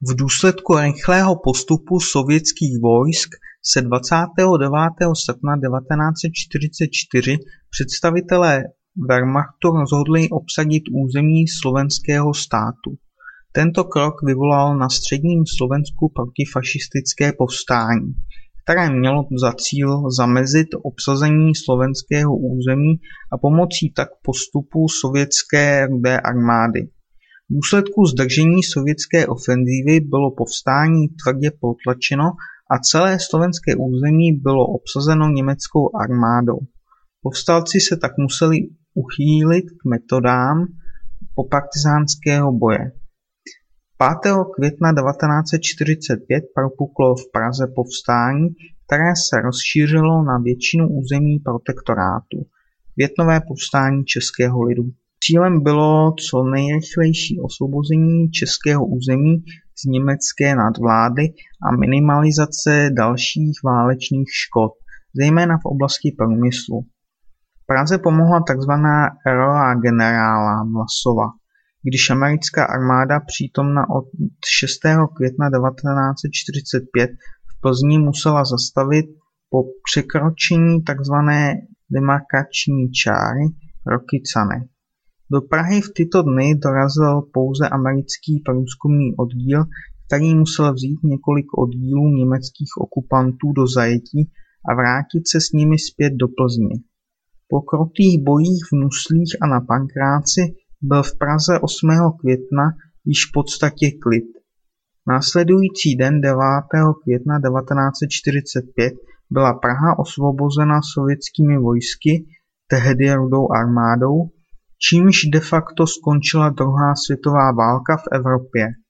V důsledku rychlého postupu sovětských vojsk se 29. srpna 1944 představitelé Wehrmachtu rozhodli obsadit území Slovenského státu. Tento krok vyvolal na středním Slovensku protifašistické povstání, které mělo za cíl zamezit obsazení slovenského území a pomocí tak postupu sovětské Rudé armády. V důsledku zdržení sovětské ofenzívy bylo povstání tvrdě potlačeno a celé slovenské území bylo obsazeno německou armádou. Povstalci se tak museli uchýlit k metodám popartizánského boje. 5. května 1945 propuklo v Praze povstání, které se rozšířilo na většinu území protektorátu. Květnové povstání českého lidu. Cílem bylo co nejrychlejší osvobození českého území z německé nadvlády a minimalizace dalších válečných škod, zejména v oblasti průmyslu. V Praze pomohla tzv. Roa generála Vlasova, když americká armáda přítomna od 6. května 1945 v Plzni musela zastavit po překročení tzv. Demarkační čáry Rokycany. Do Prahy v tyto dny dorazil pouze americký průzkumný oddíl, který musel vzít několik oddílů německých okupantů do zajetí a vrátit se s nimi zpět do Plzně. Po krutých bojích v Nuslích a na Pankráci byl v Praze 8. května již v podstatě klid. Následující den 9. května 1945 byla Praha osvobozena sovětskými vojsky, tehdy Rudou armádou, čímž de facto skončila druhá světová válka v Evropě.